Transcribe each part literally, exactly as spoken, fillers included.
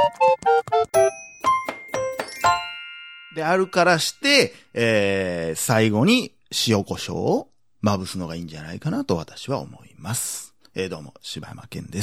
であるからして、えー、最後に塩コショウをまぶすのがいいんじゃないかなと私は思います。えー、どうも、柴山健です。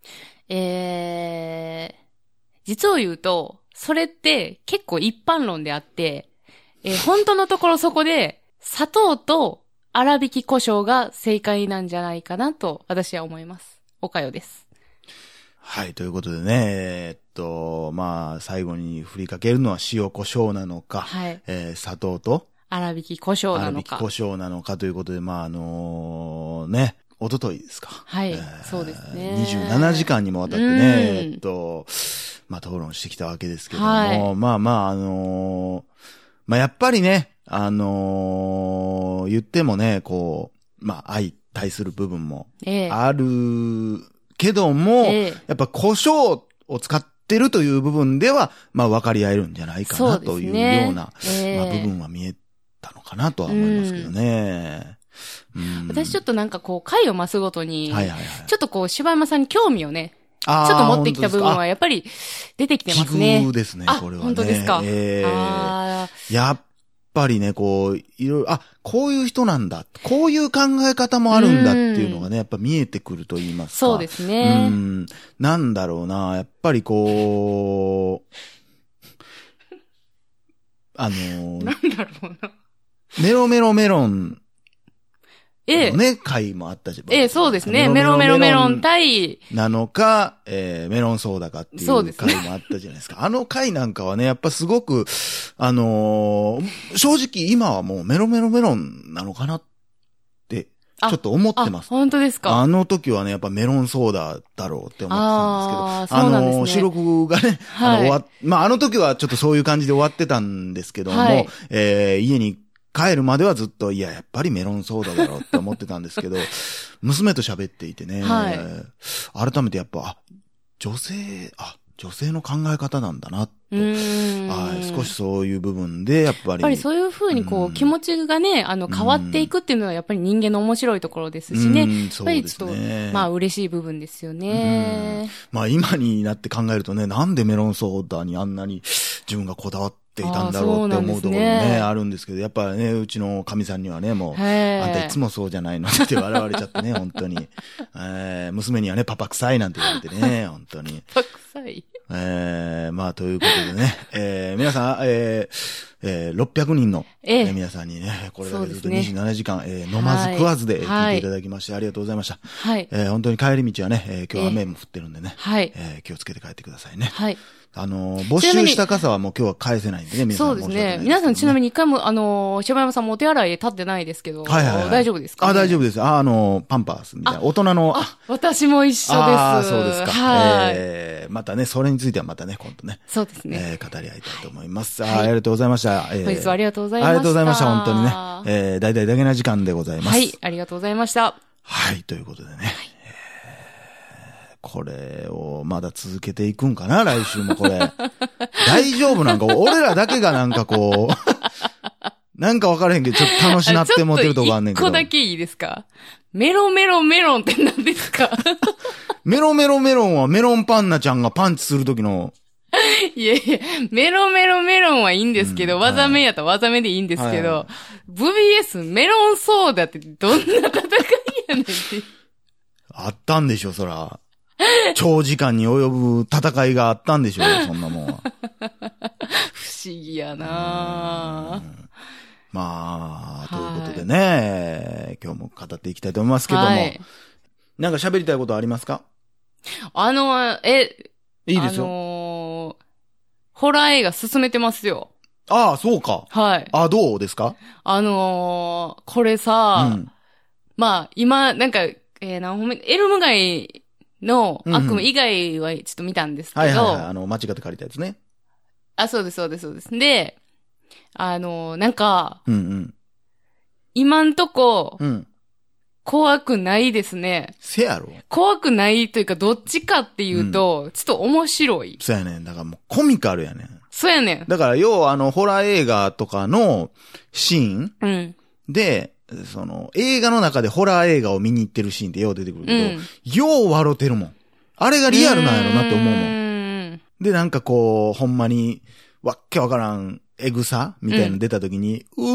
えー、実を言うと、それって結構一般論であって、えー、本当のところそこで、砂糖と粗挽き胡椒が正解なんじゃないかなと私は思います。おかよです。 はい、ということでね、えー、っと、まあ、最後に振りかけるのは塩コショウなのか、はい、えー、砂糖と粗挽き胡椒なのか。 粗挽き胡椒なのかということで、まあ、あのー、ね、一昨日ですか。 はい、 えー、 そうですね。 にじゅうななじかんにもわたってね、えっと、まあ、討論してきたわけですけども、はい、まあまあ、あのー、まあ、やっぱりね、あのー、言ってもね、こう、まあ、相対する部分もあるけども、ええ、やっぱ胡椒を使ってるという部分では、まあ、分かり合えるんじゃないかなというような、ええ、まあ、部分は見えたのかなとは思いますけどね。 うん、私ちょっとなんかこう、回を増すごとに、はいはいはい、ちょっとこう、柴山さんに興味をね、ちょっと持ってきた部分はやっぱり出てきてますね。 奇遇ですね、これはね。 本当ですか。 えー、あやっぱりね、こう、いろいろ、あ、こういう人なんだ。こういう考え方もあるんだっていうのがね、やっぱ見えてくると言いますか。 そうですね。 うん。なんだろうな、やっぱりこう、あのー、 なんだろうな。 メロメロメロン、 ええ。 ね、回もあったじゃん。 ええ、そうですね。メロメロメロン対。 なのか、えー、メロンソーダかっていう回もあったじゃないですか。すね、あの回なんかはね、やっぱすごく、あのー、正直今はもうメロメロメロンなのかなって、ちょっと思ってます。 本当ですか。 あの時はね、やっぱメロンソーダだろうって思ってたんですけど、 あ, あのー、収録がね、はい、あの終わっ、まあ、あの時はちょっとそういう感じで終わってたんですけども、はい、えー、家に帰るまではずっと、いや、やっぱりメロンソーダだろうって思ってたんですけど、娘と喋っていてね、はい、改めてやっぱ、あ、女性、あ、女性の考え方なんだなと、はい、少しそういう部分で、やっぱり。やっぱりそういうふうにこう、気持ちがね、あの、変わっていくっていうのはやっぱり人間の面白いところですしね。やっぱりちょっと、まあ嬉しい部分ですよね。 まあ今になって考えるとね、なんでメロンソーダにあんなに自分がこだわって、っていたんだろうって思うところもね、あるんですけど、やっぱね、うちの神さんにはね、もう、あんたいつもそうじゃないのって笑われちゃってね、本当に。えー、娘にはね、パパ臭いなんて言われてね、本当に。 パパ臭い。 えー、まあ、ということでね、えー、皆さん、えー、えー、ろっぴゃくにんの、えー、皆さんにね、これだけずっとにじゅうななじかん、ねえー、飲まず食わずで聞いていただきまして、はい、ありがとうございました。はい。えー、本当に帰り道はね、えー、今日雨も降ってるんでね、はい。えー、気をつけて帰ってくださいね。はい。あのー、没収した傘はもう今日は返せないんでね、皆さん。 そうですね。皆さんちなみに一回も、あのー、柴山さんもお手洗い立ってないですけど、はいはいはい、大丈夫ですか、ね、 あ、大丈夫です。あ、あのー、パンパースみたいな。大人の。 あ、私も一緒です。 あ、そうですか。はい。えー、またね、それについてはまたね、今度ね。 そうですね。 えー、語り合いたいと思います。はい、あ, ありがとうございました。 えー、本日はありがとうございました。 ありがとうございました。本当にね。えー、大々だけな時間でございます。 はい、ありがとうございました。 はい、ということでね。はい、これをまだ続けていくんかな、来週もこれ。大丈夫なんか、俺らだけがなんかこう、なんか分からへんけど、ちょっと楽しなって持ってるとこあんねんけど。 一個だけいいですか？メロメロメロンって何ですか？ メロメロメロンはメロンパンナちゃんがパンチするときの。 いやいや、メロメロメロンはいいんですけど、うん、技名やったら技名でいいんですけど、はい、ブイエス メロンソーダってどんな戦いやねんって。 あったんでしょ、そら。長時間に及ぶ戦いがあったんでしょう、そんなもんは。 不思議やなぁ。 まあ、ということでね、今日も語っていきたいと思いますけども、はい、なんか喋りたいことありますか？ あの、え、 いいですよ。あのー、ホラー映画進めてますよ。 ああ、そうか。 はい。 あ、どうですか？ あのー、これさ、うん、まあ、今、なんか、えー、何本目、エルム街の悪夢以外はちょっと見たんですけど、うんうん、はいはいはい、 あの、間違って借りたやつね。 あ、そうです、そうです、そうです。で、あの、なんか、 うんうん、 今んとこ、 うん、 怖くないですね。 せやろ？ 怖くないというか、どっちかっていうと、うん、ちょっと面白い。 そうやねん。だからもうコミカルやねん。 そうやねん。 だから、要はあの、ホラー映画とかのシーン、うん、で、その、映画の中でホラー映画を見に行ってるシーンってよう出てくるけど、うん、よう笑ってるもん。あれがリアルなんやろなって思うもん。 で、なんかこう、ほんまに、わっけわからん、エグさみたいなの出た時に、うん、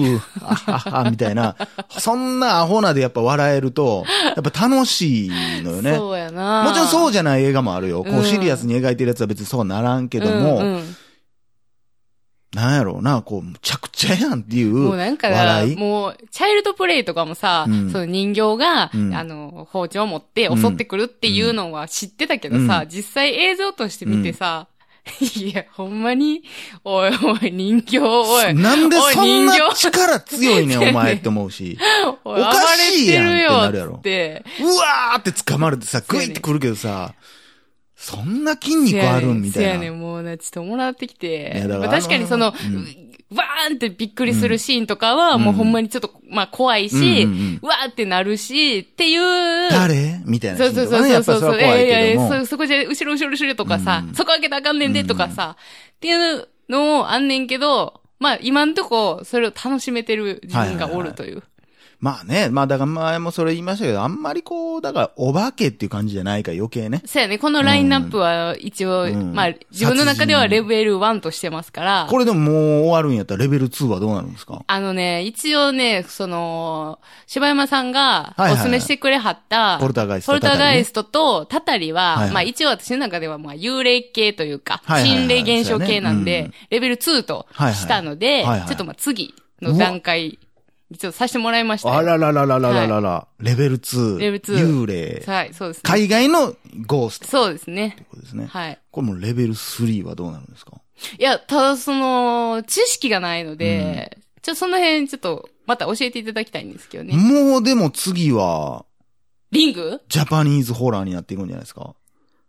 うー、あはは、みたいな、そんなアホなでやっぱ笑えると、やっぱ楽しいのよね。 そうやな。 もちろんそうじゃない映画もあるよ。こうシリアスに描いてるやつは別にそうならんけども、うんうん、なんやろうな、こう、むちゃくちゃやんっていう笑い。 もうなんか、もう、チャイルドプレイとかもさ、うん、その人形が、うん、あの、包丁を持って襲ってくるっていうのは知ってたけどさ、うん、実際映像として見てさ、うん、いや、ほんまに、おいおい、人形、おい。 なんでそんな力強いねん、お前って思うし。おかしいやんってなるやろ。うわーって掴まれてさ、グイってくるけどさ、そんな筋肉あるんみたいな。 そうやねん、もうな、ちょっともらってきて。まあ、確かにその、うん、わーんってびっくりするシーンとかは、もうほんまにちょっと、まあ怖いし、うんうんうん、わーってなるし、っていう。 誰みたいな、ね。 そうそうそうそうそう。 いやいやいや、そ、そこじゃ、後ろ後ろ後ろとかさ、うん、そこ開けたらあかんねんでとかさ、うん、っていうのもあんねんけど、まあ今んとこ、それを楽しめてる自分がおるという。はいはいはい、 まあね、まあだから前もそれ言いましたけど、あんまりこう、だからお化けっていう感じじゃないから余計ね。 そうやね、このラインナップは一応、うん、まあ自分の中ではレベルワンとしてますから。 これでももう終わるんやったらレベルツーはどうなるんですか？ あのね、一応ね、その、柴山さんがお勧めしてくれはった、はいはいはい、 ポルターガイスト。 ポルターガイストとタタリは、はいはい、まあ一応私の中ではまあ幽霊系というか、はいはいはい、心霊現象系なんで、ねうん、レベルツーとしたので、はいはいはいはい、ちょっとまあ次の段階、ちょっとさせてもらいました。 あらららららららら、はい、レベルツー。 レベルツー。 幽霊。 はい、そうですね。 海外のゴースト。 そうですね。 ってことですね。 はい。 これもレベルスリーはどうなるんですか？ いや、ただその、知識がないので、うん、ちょっとその辺ちょっと、また教えていただきたいんですけどね。 もうでも次は、 リング？ ジャパニーズホラーになっていくんじゃないですか？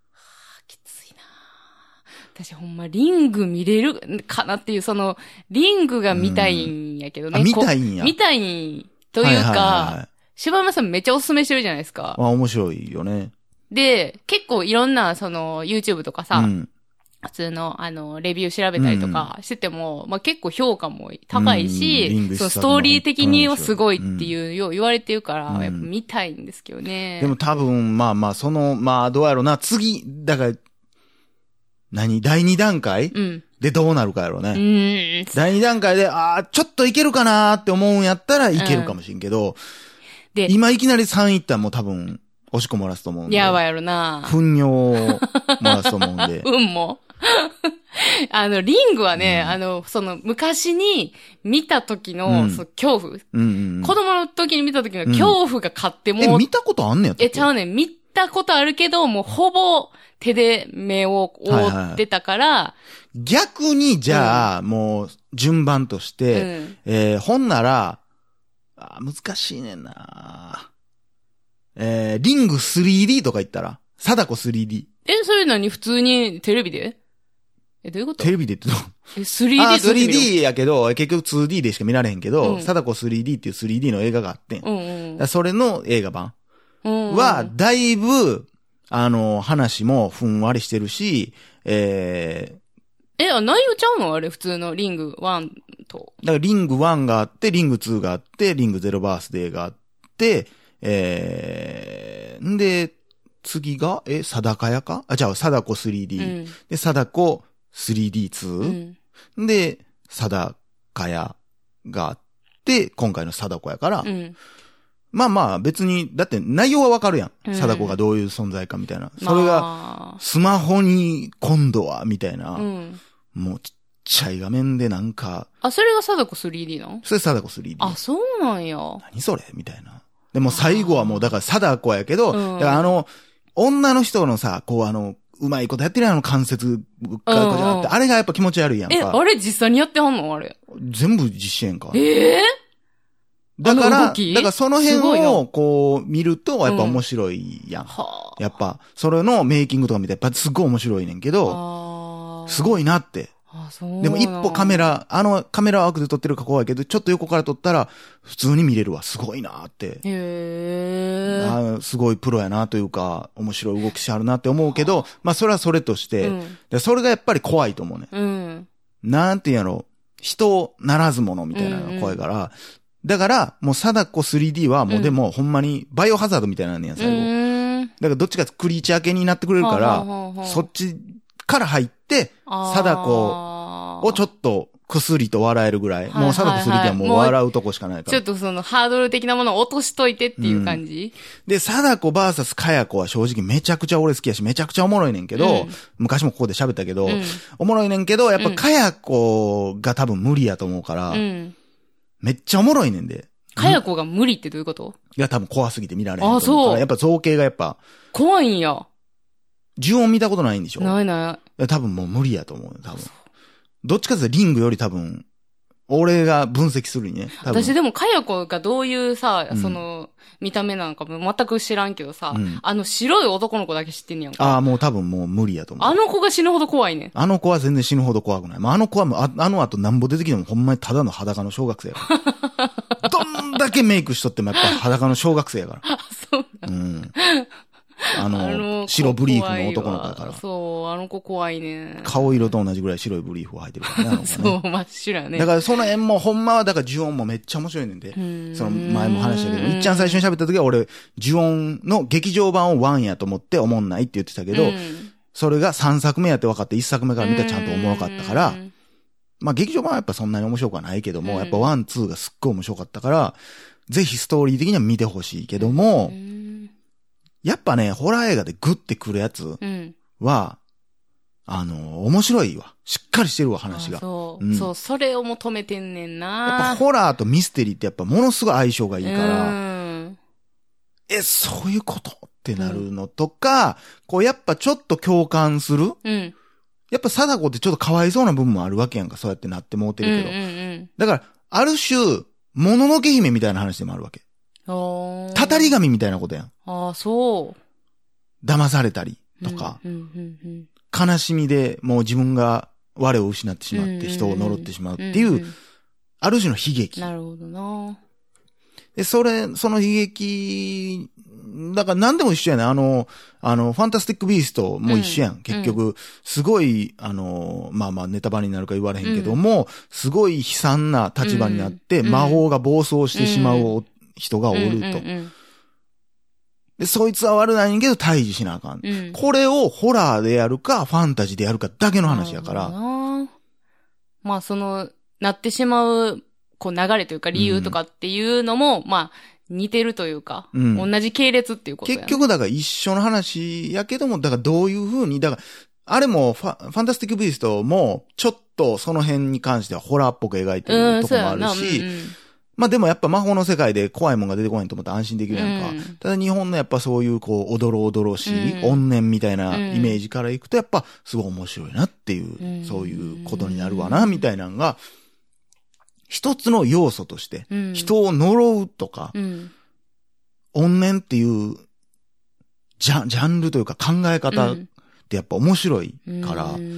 私ほんまリング見れるかなっていう、その、リングが見たいんやけどね。 うん、見たいんや。 見たいというか、はいはいはいはい、柴山さんめっちゃおすすめしてるじゃないですか。 あ、面白いよね。 で、結構いろんな、その、YouTube とかさ、うん、普通の、あの、レビュー調べたりとかしてても、うん、まあ結構評価も高いし、うん、そのストーリー的にはすごいっていうよう言われてるから、うん、やっぱ見たいんですけどね。 でも多分、まあまあ、その、まあどうやろうな、次、だから、何だいに段階、うん、でどうなるかやろうね。うん、だいに段階で、ああ、ちょっといけるかなーって思うんやったらいけるかもしんけど、うん、で今いきなりさんいったらもう多分、押し込まらすと思うんで。 やばいやろな。 糞尿を漏らすと思うんで。 うんもあの、リングはね、うん、あの、その、昔に見た時の、うん、その恐怖、うんうん。子供の時に見た時の恐怖が勝ってもう、 うん、え、見たことあんねやったっけ？ え、ちゃうねん。見たことあるけど、もうほぼ手で目を覆ってたから、はいはい、 逆に、じゃあ、うん、もう、順番として、うん、えー、ほんなら、あ、難しいねんな。えー、リング スリーディー とか言ったら、貞子 スリーディー。 え、それ何普通にテレビで？え、どういうこと？ テレビでってどう？ え、スリーディーあ、スリーディー やけど、結局 ツーディー でしか見られへんけど、うん、貞子 スリーディー っていう スリーディー の映画があってん。うんうん、それの映画版は、だいぶ、あの、話もふんわりしてるし、えー、え、内容ちゃうのあれ普通のリングワンと。 だからリングワンがあって、リングツーがあって、リングゼロバースデーがあって、えー、んで、次が、え、貞子屋かあ、じゃあ、貞子 スリーディー、うん。で、貞子 スリーディーツー、うん、で、貞子屋があって、今回の貞子やから、うん、まあまあ別に、だって内容はわかるやん。うん、貞子がどういう存在かみたいな。それが、スマホに今度は、みたいな、うん。もうちっちゃい画面でなんか。 あ、それが貞子 スリーディー なの？ それ貞子 スリーディー。 あ、そうなんや。 何それみたいな。でも最後はもう、だから貞子やけど、うん、だからあの、女の人のさ、こうあの、うまいことやってるやん、関節が、じゃなくて、あれがやっぱ気持ち悪いやんか。 え、あれ実際にやってはんのあれ。 全部実施やんか。 ええー、だから、だからその辺をこう見ると、やっぱ面白いやん。うん、やっぱ、それのメイキングとか見て、やっぱすごい面白いねんけど、すごいなって。 あ、そうでも一歩カメラ、あのカメラワークで撮ってるか怖いけど、ちょっと横から撮ったら普通に見れるわ。すごいなって。 へー。あ、すごいプロやなというか、面白い動きしあるなって思うけど、まあそれはそれとして、うん、でそれがやっぱり怖いと思うね。うん、なんて言うんやろ、人ならず者みたいなのが怖いから、うんうん、だから、もう貞子 スリーディー はもうでも、ほんまにバイオハザードみたいなのやん、最後。だからどっちかクリーチャー系になってくれるから、そっちから入って、貞子をちょっと薬と笑えるぐらい。もう貞子すりてはもう笑うとこしかないから。 ちょっとそのハードル的なものを落としといてっていう感じ、 うん、で、貞子バーサスかや子は正直めちゃくちゃ俺好きやし、めちゃくちゃおもろいねんけど、うん、昔もここで喋ったけど、うん、おもろいねんけど、やっぱかや子が多分無理やと思うから、うん、めっちゃおもろいねんで。 かや子が無理ってどういうこと？ いや、多分怖すぎて見られへんと思うから。あ、そう。やっぱ造形がやっぱ。 怖いんや。 呪音見たことないんでしょ？ ないない。 いや、多分もう無理やと思うよ、多分。どっちかというとリングより多分、俺が分析するにね。 私でもかや子がどういうさ、うん、その、見た目なんかも全く知らんけどさ、うん、あの白い男の子だけ知ってんねやんか。 ああ、もう多分もう無理やと思う。 あの子が死ぬほど怖いね。 あの子は全然死ぬほど怖くない。まあ、あの子はもう、あ, あの後なんぼ出てきてもほんまにただの裸の小学生やから。どんだけメイクしとってもやっぱ裸の小学生やから。 あ、そうなん。うん。 あの、あの白ブリーフの男の子だから。 そう、あの子怖いね。 顔色と同じぐらい白いブリーフを履いてるからね、あの子ね。 そう、真っ白やね。 だからその辺もほんまは、だから呪音もめっちゃ面白いねんで。んその前も話したけど、いっちゃん最初に喋った時は俺、呪音の劇場版をワンやと思って思んないって言ってたけど、それがさんさくめやって分かっていっさくめから見たらちゃんとおもろかったから、まあ劇場版はやっぱそんなに面白くはないけども、やっぱワン、ツーがすっごい面白かったから、ぜひストーリー的には見てほしいけども、やっぱね、ホラー映画でグッてくるやつは、うん、あの、面白いわ。しっかりしてるわ、話が。 そう、うん、そう、それを求めてんねんな。 やっぱホラーとミステリーってやっぱものすごい相性がいいから、うん、え、そういうことってなるのとか、うん、こうやっぱちょっと共感する、うん、やっぱ貞子ってちょっとかわいそうな部分もあるわけやんか、そうやってなってもうてるけど。うんうんうん、だから、ある種、もののけ姫みたいな話でもあるわけ。たたり神みたいなことやん。 ああ、そう。 騙されたりとか、うんうんうんうん、悲しみでもう自分が我を失ってしまって人を呪ってしまうっていう、うんうん、ある種の悲劇。 なるほどな。 で、それ、その悲劇、だから何でも一緒やね。あの、あの、ファンタスティックビーストも一緒やん。うん、結局、すごい、あの、まあまあネタバレになるか言われへんけども、うん、すごい悲惨な立場になって、うん、魔法が暴走してしまう人がおると。うんうんうん、で、そいつは悪ないんけど退治しなあかん、うん。これをホラーでやるか、ファンタジーでやるかだけの話やから。 まあ、その、なってしまう、こう流れというか理由とかっていうのも、うん、まあ、似てるというか、うん、同じ系列っていうことや、ね、 結局だから一緒の話やけども、だからどういう風に、だから、あれもファ、ファンタスティックビーストも、ちょっとその辺に関してはホラーっぽく描いてるとこもあるし、うんうん、まあでもやっぱ魔法の世界で怖いもんが出てこないと思ったら安心できるやんか。うん、ただ日本のやっぱそういうこう、おどろおどろしい、うん、怨念みたいなイメージからいくとやっぱすごい面白いなっていう、うん、そういうことになるわな、みたいなのが、一つの要素として、人を呪うとか、うん、怨念っていうジャン、ジャンルというか考え方ってやっぱ面白いから、うん、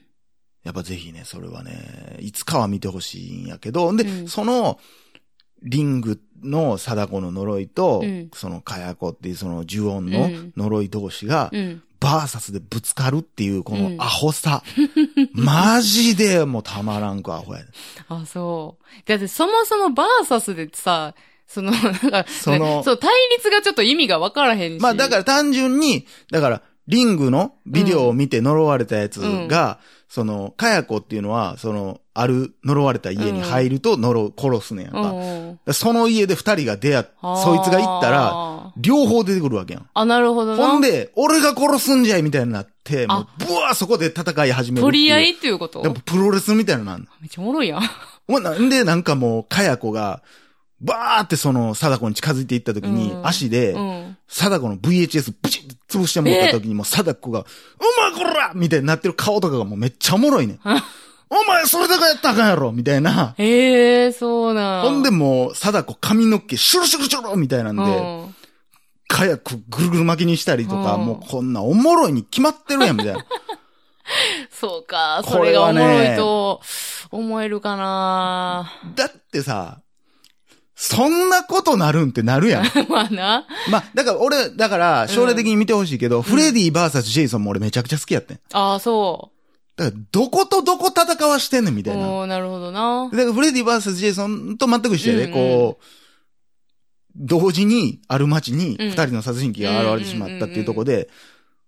やっぱぜひね、それはね、いつかは見てほしいんやけど、で、うん、その、リングの貞子の呪いと、うん、そのかや子っていうその呪音の呪い同士が、うんバーサスでぶつかるっていうこのアホさ。うん、マジでもうたまらんくアホや。 あ、そう。だってそもそもバーサスでさ、その、なんか、その、そう、対立がちょっと意味がわからへんし。 まあだから単純に、だから、リングのビデオを見て呪われたやつが、うん、その、かや子っていうのは、その、ある呪われた家に入ると呪う、殺すねやんか。うん、その家で二人が出会っ、そいつが行ったら、両方出てくるわけやん。 あ、なるほどな。 ほんで、俺が殺すんじゃいみたいになって、もう、ブワーそこで戦い始める。 取り合いっていうこと？ でもプロレスみたいなのなんめっちゃおもろいやん。 お前なんでなんかもう、かや子が、バーってその、貞子に近づいていった時に、うん、足で、貞子の ブイエイチエス ブチッ潰してもらった時にもう貞子が、お前こらみたいになってる顔とかがもうめっちゃおもろいね。お前それだからやったらあかんやろみたいな。 へえ、そうな。 ほんでもう、貞子髪の毛シュルシュルシュルみたいなんで、うん、かやくぐるぐる巻きにしたりとか、うん、もうこんなおもろいに決まってるやんみたいな。 そうか、それがおもろいと思えるかな。 だってさ、そんなことなるんってなるやん。 まあな。 まあ、だから俺、だから将来的に見てほしいけど、うん、フレディ ブイエス ジェイソンも俺めちゃくちゃ好きやってん。 ああ、そう。 だから、どことどこ戦わしてんねんみたいな。 おー、なるほどな。 だからフレディ ブイエス ジェイソンと全く一緒やで、うんうん、こう、同時にある街に二人の殺人鬼が現れてしまったっていうところで、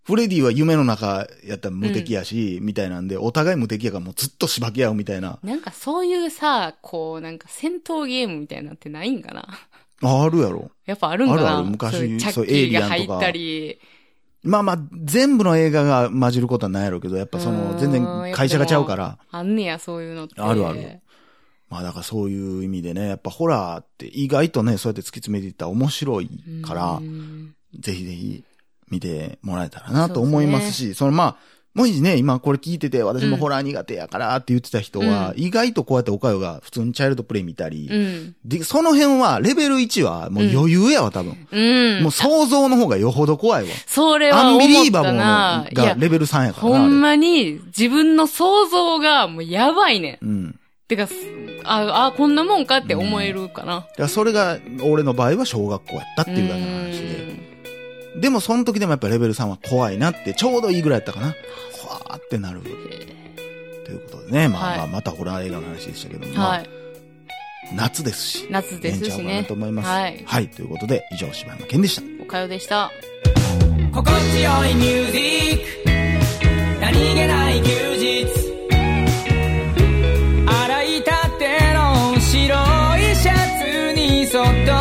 フレディは夢の中やったら無敵やし、うん、みたいなんで、お互い無敵やからもうずっとしばき合うみたいな。 なんかそういうさ、こう、なんか戦闘ゲームみたいなのってないんかな。 あるやろ。 やっぱあるんかな。 あるある。昔、 そういうチャッキーが入ったり。 まあまあ、全部の映画が混じることはないやろうけど、やっぱその、全然会社がちゃうから。 あんねや、そういうのって。 あるある。まあだからそういう意味でね、やっぱホラーって意外とね、そうやって突き詰めていったら面白いから、ぜひぜひ見てもらえたらなと思いますし、そのまあ、もしね、今これ聞いてて私もホラー苦手やからって言ってた人は、意外とこうやっておかよが普通にチャイルドプレイ見たり、で、その辺はレベルいちはもう余裕やわ、多分。もう想像の方がよほど怖いわ。 それは思ったな。 アンビリーバボーがレベルさんやからな。 ほんまに自分の想像がもうやばいねん。 うん。 てか、あ、あ、こんなもんかって思えるかな。 だからそれが、俺の場合は小学校やったっていうだけの話で。でもその時でもやっぱレベルさんは怖いなって、ちょうどいいぐらいやったかな。わーってなる。ということでね、まあ、はい、まあまたホラー映画の話でしたけども。はい。夏ですし。 夏ですしね。 と思います。 はい。 はい。ということで、以上、柴山健でした。 おかよでした。 心地よいミュージック。何気ない休日。洗いたての白いシャツにそっと